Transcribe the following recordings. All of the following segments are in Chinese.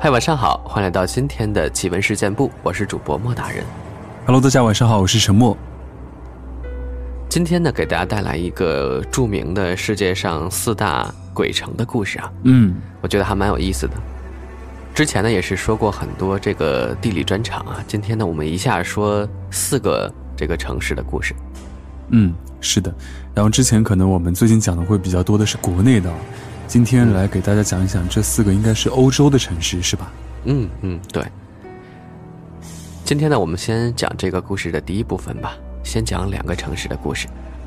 嗨，晚上好，欢迎来到今天的奇闻事件部，我是主播莫大人。 Hello， 大家晚上好，我是陈默。 今天呢，给大家带来一个著名的世界上4大鬼城的故事啊。我觉得还蛮有意思的。之前呢，也是说过很多这个地理专场啊。今天呢，我们一下说4个这个城市的故事。 是的。然后之前可能我们最近讲的会比较多的是国内的，今天来给大家讲一讲这4个应该是欧洲的城市，是吧？ 对。今天呢，我们先讲这个故事的第一部分吧，先讲2个城市的故事。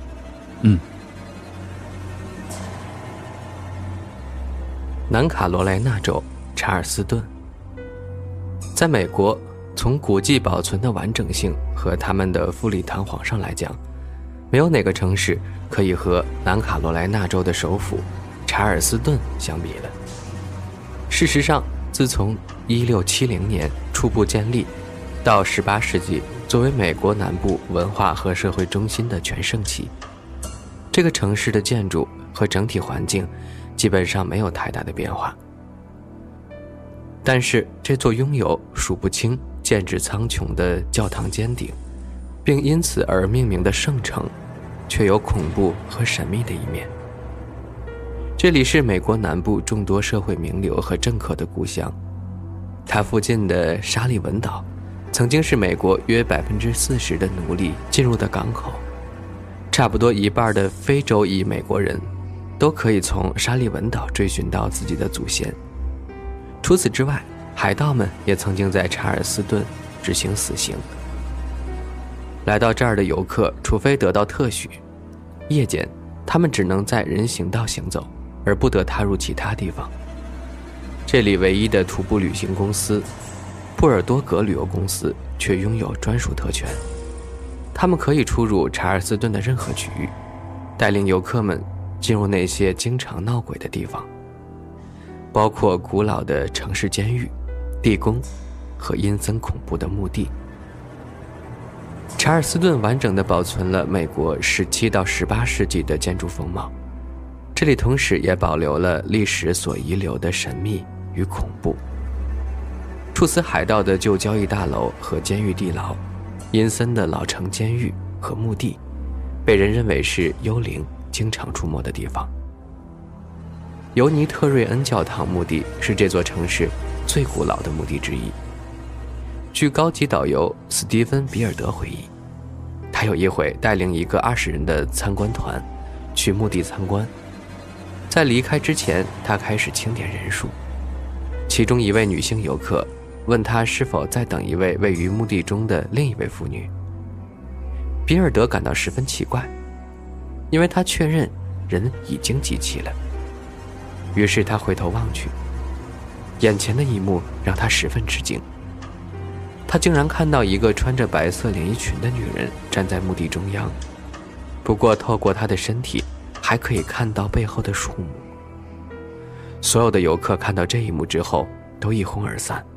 南卡罗来纳州查尔斯顿。在美国，从古迹保存的完整性和他们的富丽堂皇上来讲，没有哪个城市可以和南卡罗来纳州的首府查尔斯顿相比了。事实上，自从1670年初步建立到18世纪作为美国南部文化和社会中心的全盛期，这个城市的建筑和整体环境基本上没有太大的变化。但是这座拥有数不清建制苍穹的教堂尖顶，并因此而命名的圣城，却有恐怖和神秘的一面。这里是美国南部众多社会名流和政客的故乡，它附近的沙利文岛曾经是美国约40%的奴隶进入的港口，差不多一半的非洲裔美国人都可以从沙利文岛追寻到自己的祖先。除此之外，海盗们也曾经在查尔斯顿执行死刑。来到这儿的游客，除非得到特许，夜间他们只能在人行道行走，而不得踏入其他地方。这里唯一的徒步旅行公司布尔多格旅游公司却拥有专属特权，他们可以出入查尔斯顿的任何区域，带领游客们进入那些经常闹鬼的地方，包括古老的城市监狱、地宫和阴森恐怖的墓地。查尔斯顿完整地保存了美国17到18世纪的建筑风貌，这里同时也保留了历史所遗留的神秘与恐怖。处死海盗的旧交易大楼和监狱地牢，阴森的老城监狱和墓地，被人认为是幽灵经常出没的地方。尤尼特瑞恩教堂墓地是这座城市最古老的墓地之一。据高级导游斯蒂芬·比尔德回忆，他有一回带领一个20人的参观团去墓地参观，在离开之前，他开始清点人数。其中一位女性游客问他是否在等一位位于墓地中的另一位妇女。比尔德感到十分奇怪，因为他确认人已经集齐了。于是他回头望去，眼前的一幕让他十分吃惊。他竟然看到一个穿着白色连衣裙的女人站在墓地中央，不过透过她的身体还可以看到背后的树木。所有的游客看到这一幕之后都一哄而散。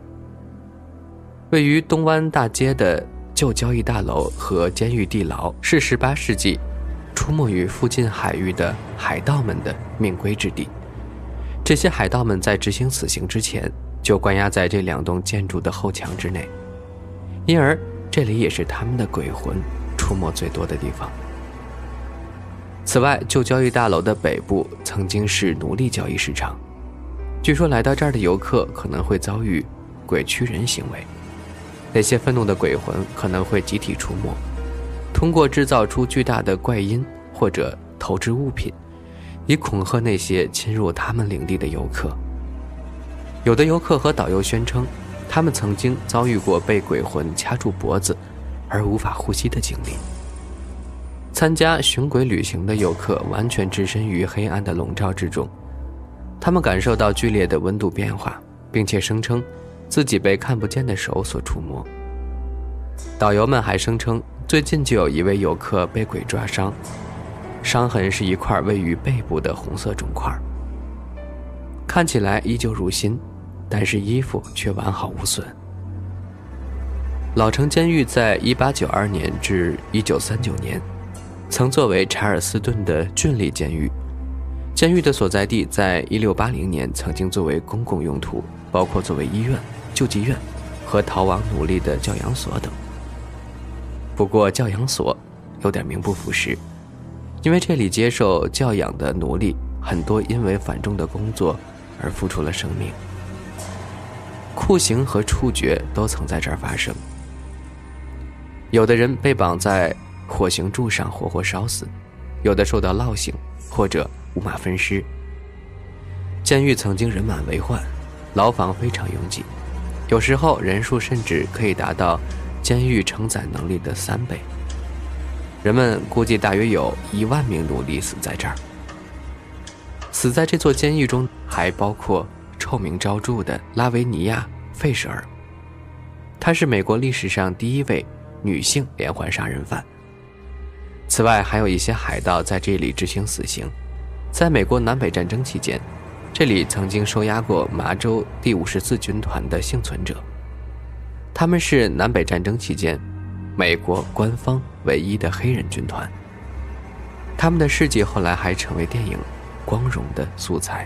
位于东湾大街的旧交易大楼和监狱地牢是18世纪出没于附近海域的海盗们的命归之地。这些海盗们在执行死刑之前就关押在这2栋建筑的后墙之内，因而这里也是他们的鬼魂出没最多的地方。此外，旧交易大楼的北部曾经是奴隶交易市场，据说来到这儿的游客可能会遭遇鬼驱人行为，那些愤怒的鬼魂可能会集体出没，通过制造出巨大的怪音或者投掷物品，以恐吓那些侵入他们领地的游客。有的游客和导游宣称，他们曾经遭遇过被鬼魂掐住脖子而无法呼吸的经历。参加寻鬼旅行的游客完全置身于黑暗的笼罩之中，他们感受到剧烈的温度变化，并且声称自己被看不见的手所触摸。导游们还声称，最近就有一位游客被鬼抓伤，伤痕是一块位于背部的红色肿块，看起来依旧如新，但是衣服却完好无损。老城监狱在1892年至1939年曾作为查尔斯顿的郡立监狱， 监狱的所在地在1680年曾经作为公共用途，包括作为医院、救济院和逃亡奴隶的教养所等。不过教养所有点名不符实，因为这里接受教养的奴隶很多因为繁重的工作而付出了生命。酷刑和处决都曾在这儿发生，有的人被绑在火刑柱上活活烧死，有的受到烙刑或者五马分尸。监狱曾经人满为患，牢房非常拥挤，有时候人数甚至可以达到监狱承载能力的3倍。人们估计大约有1万名奴隶死在这儿。死在这座监狱中还包括臭名昭著的拉维尼亚·费舍尔，她是美国历史上第一位女性连环杀人犯。此外还有一些海盗在这里执行死刑。在美国南北战争期间，这里曾经收押过麻州第54军团的幸存者，他们是南北战争期间美国官方唯一的黑人军团。他们的事迹后来还成为电影《光荣》的素材。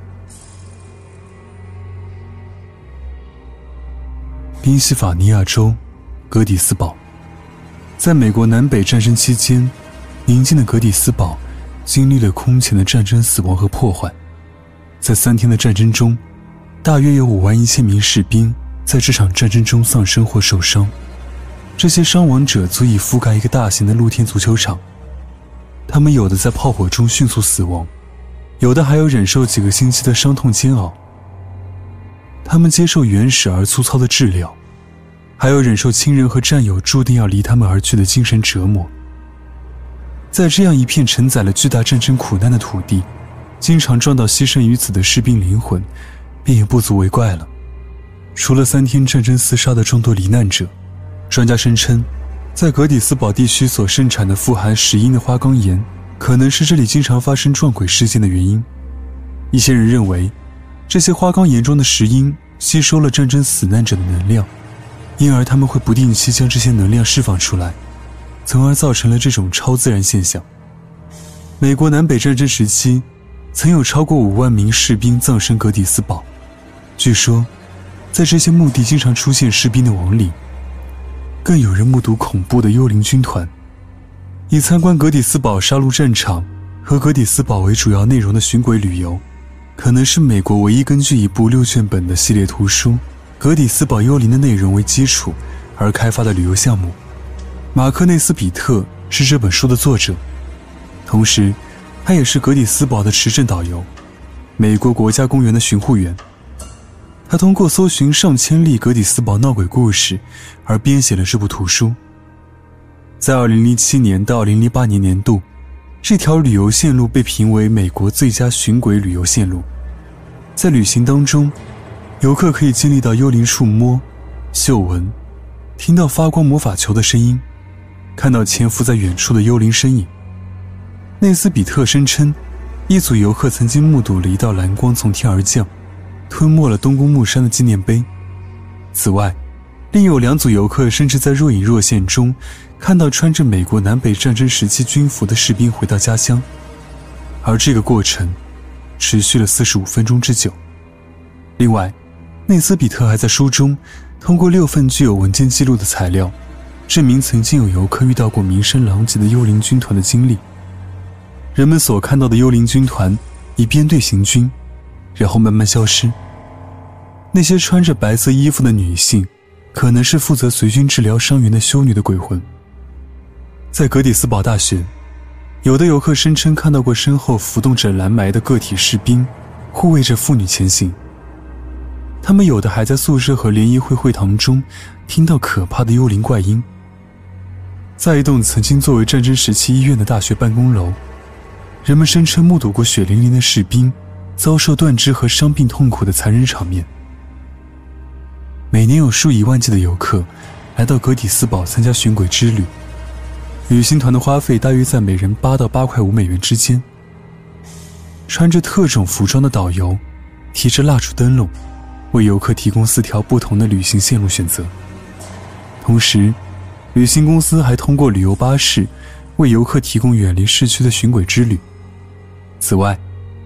宾夕法尼亚州格底斯堡，在美国南北战争期间，宁静的格底斯堡经历了空前的战争死亡和破坏。在3天的战争中，大约有51000名士兵在这场战争中丧生或受伤，这些伤亡者足以覆盖一个大型的露天足球场。他们有的在炮火中迅速死亡，有的还有忍受几个星期的伤痛煎熬。他们接受原始而粗糙的治疗，还有忍受亲人和战友注定要离他们而去的精神折磨。在这样一片承载了巨大战争苦难的土地，经常撞到牺牲于此的士兵灵魂，便也不足为怪了。除了3天战争厮杀的众多罹难者，专家声称，在格底斯堡地区所盛产的富含石英的花岗岩，可能是这里经常发生撞鬼事件的原因。一些人认为，这些花岗岩中的石英吸收了战争死难者的能量，因而他们会不定期将这些能量释放出来，从而造成了这种超自然现象。美国南北战争时期，曾有超过5万名士兵葬身格底斯堡。据说，在这些墓地经常出现士兵的亡灵，更有人目睹恐怖的幽灵军团。以参观格底斯堡杀戮战场和格底斯堡为主要内容的巡轨旅游，可能是美国唯一根据一部6卷本的系列图书《格底斯堡幽灵》的内容为基础而开发的旅游项目。马克内斯比特是这本书的作者，同时他也是格底斯堡的持证导游，美国国家公园的巡护员。他通过搜寻上千例格底斯堡闹鬼故事而编写了这部图书。在2007年到2008年年度，这条旅游线路被评为美国最佳巡轨旅游线路。在旅行当中，游客可以经历到幽灵触摸、嗅闻，听到发光魔法球的声音，看到潜伏在远处的幽灵身影。内斯比特声称，一组游客曾经目睹了一道蓝光从天而降，吞没了东宫木山的纪念碑。此外，另有2组游客甚至在若隐若现中看到穿着美国南北战争时期军服的士兵回到家乡，而这个过程持续了45分钟之久。另外，内斯比特还在书中通过6份具有文件记录的材料，证明曾经有游客遇到过名声狼藉的幽灵军团的经历。人们所看到的幽灵军团以编队行军，然后慢慢消失。那些穿着白色衣服的女性，可能是负责随军治疗伤员的修女的鬼魂。在格底斯堡大学，有的游客声称看到过身后浮动着蓝霾的个体士兵，护卫着妇女前行。他们有的还在宿舍和联谊会会堂中听到可怕的幽灵怪音。在一栋曾经作为战争时期医院的大学办公楼，人们声称目睹过血淋淋的士兵遭受断肢和伤病痛苦的残忍场面。每年有数以万计的游客来到格底斯堡参加巡轨之旅，旅行团的花费大约在每人8到8块5美元之间。穿着特种服装的导游提着蜡烛灯笼，为游客提供4条不同的旅行线路选择。同时，旅行公司还通过旅游巴士为游客提供远离市区的巡轨之旅。此外，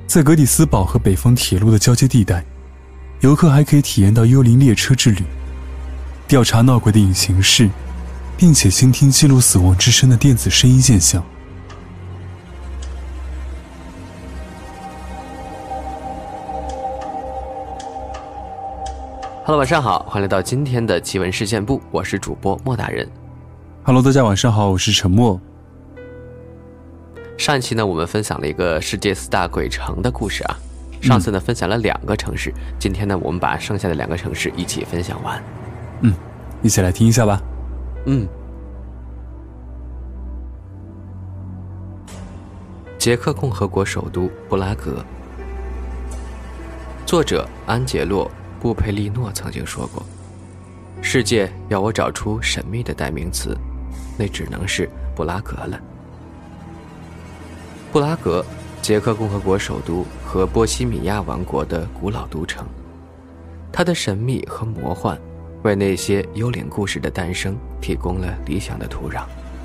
在格底斯堡和北方铁路的交接地带，游客还可以体验到幽灵列车之旅，调查闹鬼的隐形事，并且倾听记录死亡之声的电子声音现象。 Hello， 晚上好，欢迎来到今天的奇闻事件部，我是主播莫大人。 Hello， 大家晚上好，我是陈默。 上一期呢，我们分享了一个世界4大鬼城的故事啊。上次呢，分享了2个城市，今天呢，我们把剩下的2个城市一起分享完。 一起来听一下吧。 捷克共和国首都布拉格。作者安杰洛·布佩利诺曾经说过，世界要我找出神秘的代名词，那只能是布拉格了。布拉格，捷克共和国首都和波西米亚王国的古老都城，它的神秘和魔幻为那些幽灵故事的诞生提供了理想的土壤。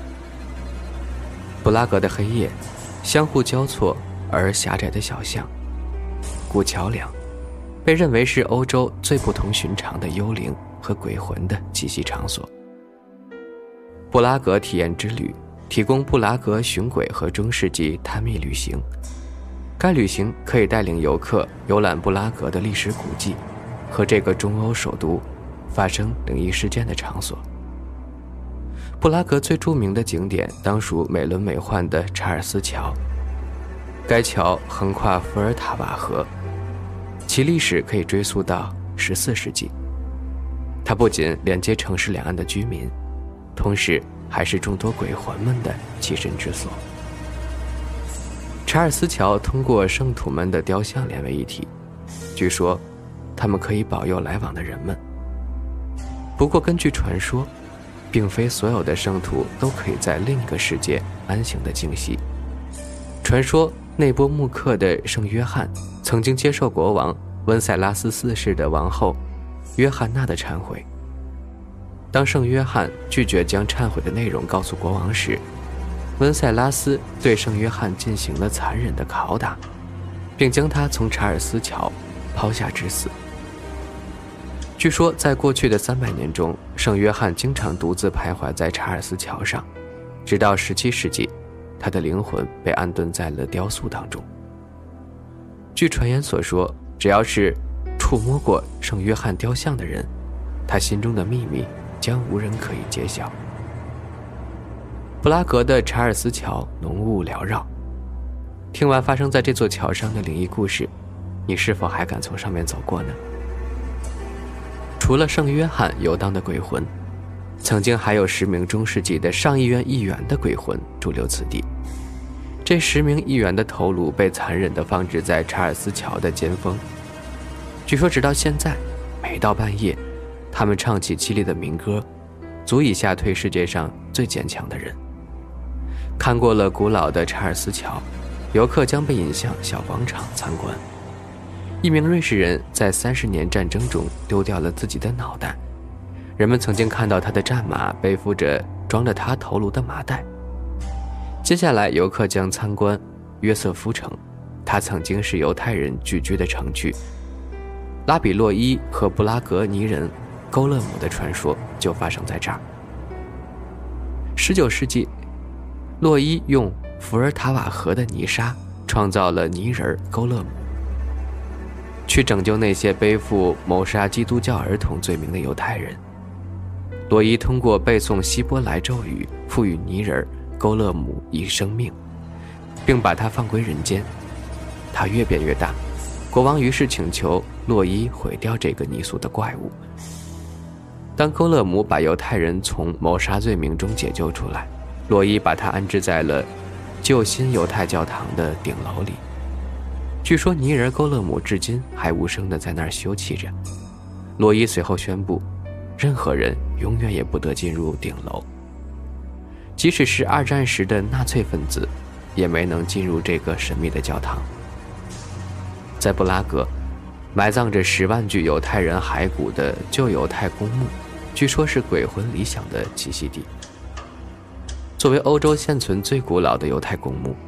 布拉格的黑夜，相互交错而狭窄的小巷，古桥梁，被认为是欧洲最不同寻常的幽灵和鬼魂的栖息场所。布拉格体验之旅提供布拉格寻鬼和中世纪探秘旅行，该旅行可以带领游客游览布拉格的历史古迹和这个中欧首都发生灵异事件的场所。布拉格最著名的景点当属美轮美奂的查尔斯桥，该桥横跨伏尔塔瓦河，其历史可以追溯到14世纪。它不仅连接城市两岸的居民，同时还是众多鬼魂们的栖身之所。查尔斯桥通过圣徒们的雕像连为一体，据说他们可以保佑来往的人们。不过根据传说，并非所有的圣徒都可以在另一个世界安详地静息。传说内波穆克的圣约翰曾经接受国王温塞拉斯4世的王后约翰娜的忏悔。当圣约翰拒绝将忏悔的内容告诉国王时，温塞拉斯对圣约翰进行了残忍的拷打，并将他从查尔斯桥抛下致死。据说在过去的300年中，圣约翰经常独自徘徊在查尔斯桥上，直到17世纪，他的灵魂被安顿在了雕塑当中。据传言所说，只要是触摸过圣约翰雕像的人，他心中的秘密将无人可以揭晓。布拉格的查尔斯桥浓雾缭绕，听完发生在这座桥上的灵异故事，你是否还敢从上面走过呢？除了圣约翰游荡的鬼魂，曾经还有10名中世纪的上议院议员的鬼魂驻留此地。这10名议员的头颅被残忍地放置在查尔斯桥的尖峰。据说直到现在，每到半夜，他们唱起凄厉的民歌，足以吓退世界上最坚强的人。看过了古老的查尔斯桥，游客将被引向小广场参观。一名瑞士人在30年战争中丢掉了自己的脑袋，人们曾经看到他的战马背负着装着他头颅的麻袋。接下来游客将参观约瑟夫城，它曾经是犹太人聚居的城区。拉比洛伊和布拉格尼人勾勒姆的传说就发生在这儿。19世纪，洛伊用伏尔塔瓦河的泥沙创造了泥人勾勒姆，去拯救那些背负谋杀基督教儿童罪名的犹太人。洛伊通过背诵希伯来咒语赋予泥人勾勒姆以生命，并把他放归人间。他越变越大，国王于是请求洛伊毁掉这个泥塑的怪物。当勾勒姆把犹太人从谋杀罪名中解救出来，洛伊把他安置在了旧新犹太教堂的顶楼里。据说泥人勾勒姆至今还无声地在那儿休憩着。洛伊随后宣布，任何人永远也不得进入顶楼，即使是2战时的纳粹分子也没能进入这个神秘的教堂。在布拉格，埋葬着10万具犹太人骸骨的旧犹太公墓，据说是鬼魂理想的栖息地。作为欧洲现存最古老的犹太公墓，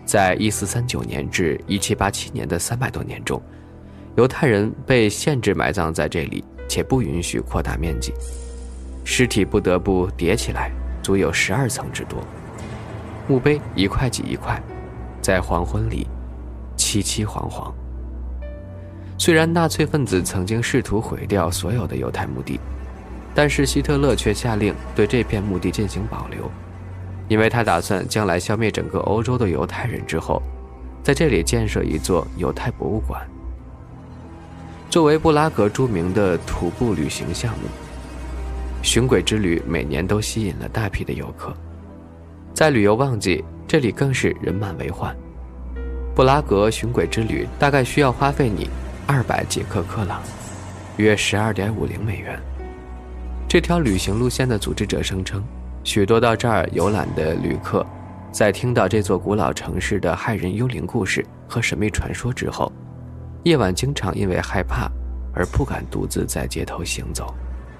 在1439年至1787年的300多年中，犹太人被限制埋葬在这里，且不允许扩大面积，尸体不得不叠起来，足有12层之多。墓碑一块挤一块，在黄昏里凄凄惶惶。虽然纳粹分子曾经试图毁掉所有的犹太墓地，但是希特勒却下令对这片墓地进行保留，因为他打算将来消灭整个欧洲的犹太人之后，在这里建设一座犹太博物馆。作为布拉格著名的徒步旅行项目，寻鬼之旅每年都吸引了大批的游客，在旅游旺季，这里更是人满为患。布拉格寻鬼之旅大概需要花费你200捷克克朗，约12.50美元。这条旅行路线的组织者声称，许多到这儿游览的旅客在听到这座古老城市的骇人幽灵故事和神秘传说之后，夜晚经常因为害怕而不敢独自在街头行走。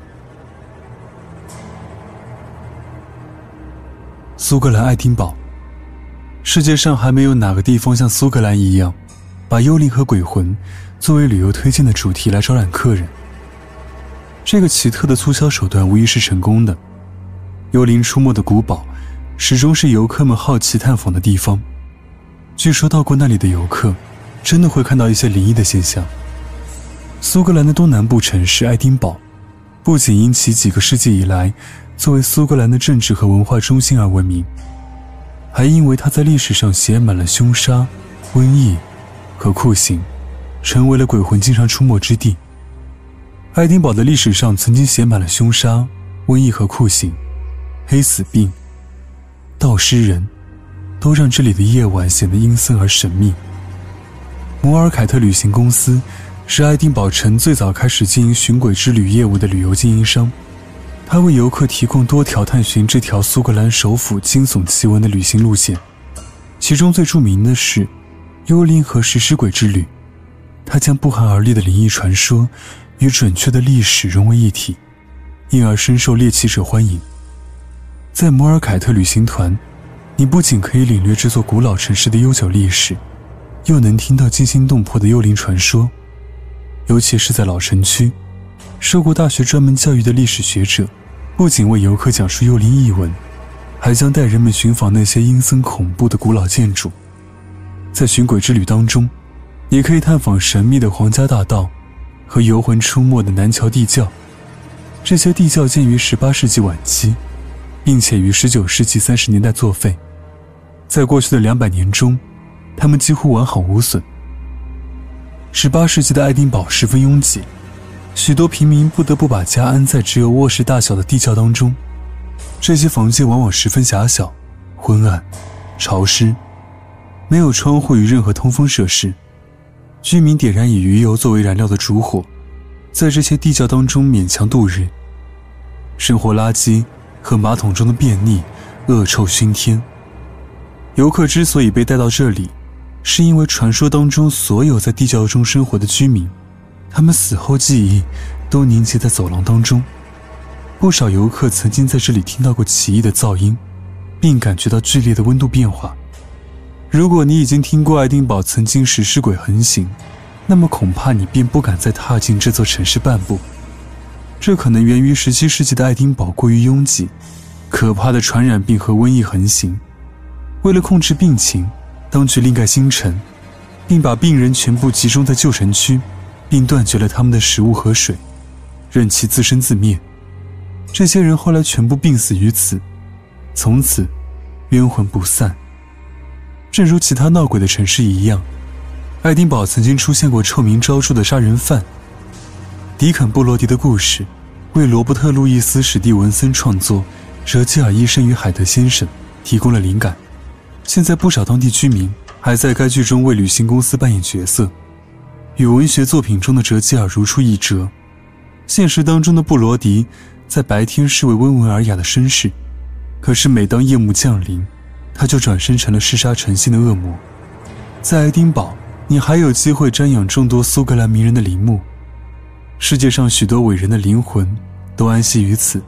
苏格兰爱丁堡，世界上还没有哪个地方像苏格兰一样，把幽灵和鬼魂作为旅游推荐的主题来招揽客人。这个奇特的促销手段无疑是成功的。幽灵出没的古堡始终是游客们好奇探访的地方。据说到过那里的游客真的会看到一些灵异的现象。苏格兰的东南部城市爱丁堡不仅因其几个世纪以来作为苏格兰的政治和文化中心而闻名，还因为它在历史上写满了凶杀、瘟疫和酷刑，成为了鬼魂经常出没之地。爱丁堡的历史上曾经写满了凶杀、瘟疫和酷刑，黑死病、盗尸人都让这里的夜晚显得阴森而神秘。摩尔凯特旅行公司是爱丁堡城最早开始经营寻鬼之旅业务的旅游经营商，他为游客提供多条探寻这条苏格兰首府惊悚奇闻的旅行路线，其中最著名的是幽灵和食尸鬼之旅。他将不寒而栗的灵异传说与准确的历史融为一体，因而深受猎奇者欢迎。在摩尔凯特旅行团，你不仅可以领略这座古老城市的悠久历史，又能听到惊心动魄的幽灵传说。尤其是在老城区，受过大学专门教育的历史学者不仅为游客讲述幽灵异闻，还将带人们寻访那些阴森恐怖的古老建筑。在寻鬼之旅当中，你可以探访神秘的皇家大道和游魂出没的南桥地窖。这些地窖建于18世纪晚期，并且于19世纪30年代作废。在过去的200年中，它们几乎完好无损。18世纪的爱丁堡十分拥挤，许多平民不得不把家安在只有卧室大小的地窖当中。这些房间往往十分狭小、昏暗、潮湿，没有窗户与任何通风设施。居民点燃以鱼油作为燃料的烛火，在这些地窖当中勉强度日。生活垃圾和马桶中的便溺恶臭熏天。游客之所以被带到这里，是因为传说当中所有在地窖中生活的居民，他们死后记忆都凝结在走廊当中。不少游客曾经在这里听到过奇异的噪音，并感觉到剧烈的温度变化。如果你已经听过爱丁堡曾经食尸鬼横行，那么恐怕你便不敢再踏进这座城市半步。这可能源于17世纪的爱丁堡过于拥挤，可怕的传染病和瘟疫横行。为了控制病情，当局另盖新城，并把病人全部集中在旧城区，并断绝了他们的食物和水，任其自生自灭。这些人后来全部病死于此，从此冤魂不散。正如其他闹鬼的城市一样，爱丁堡曾经出现过臭名昭著的杀人犯。迪肯·布罗迪的故事为罗伯特·路易斯·史蒂文森创作《哲基尔医生与海德先生》提供了灵感。现在不少当地居民还在该剧中为旅行公司扮演角色，与文学作品中的哲基尔如出一辙。现实当中的布罗迪在白天是位温文尔雅的绅士，可是每当夜幕降临，他就转身成了嗜杀成性的恶魔。在爱丁堡，你还有机会瞻仰众多苏格兰名人的陵墓，世界上许多伟人的灵魂都安息于此，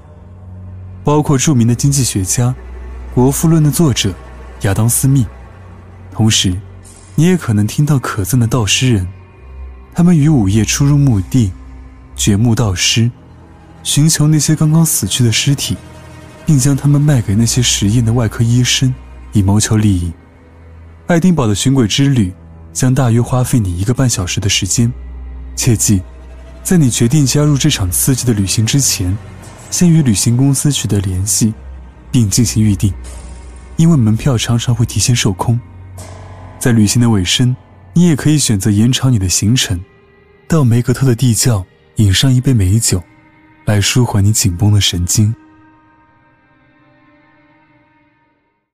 包括著名的经济学家、国富论的作者亚当·斯密。 同时你也可能听到可憎的盗尸人，他们于午夜出入墓地，掘墓盗尸，寻求那些刚刚死去的尸体，并将他们卖给那些实验的外科医生，以谋求利益。爱丁堡的寻鬼之旅将大约花费你1个半小时的时间。切记，在你决定加入这场刺激的旅行之前，先与旅行公司取得联系，并进行预订，因为门票常常会提前售空。在旅行的尾声，你也可以选择延长你的行程，到梅格特的地窖饮上一杯美酒，来舒缓你紧绷的神经。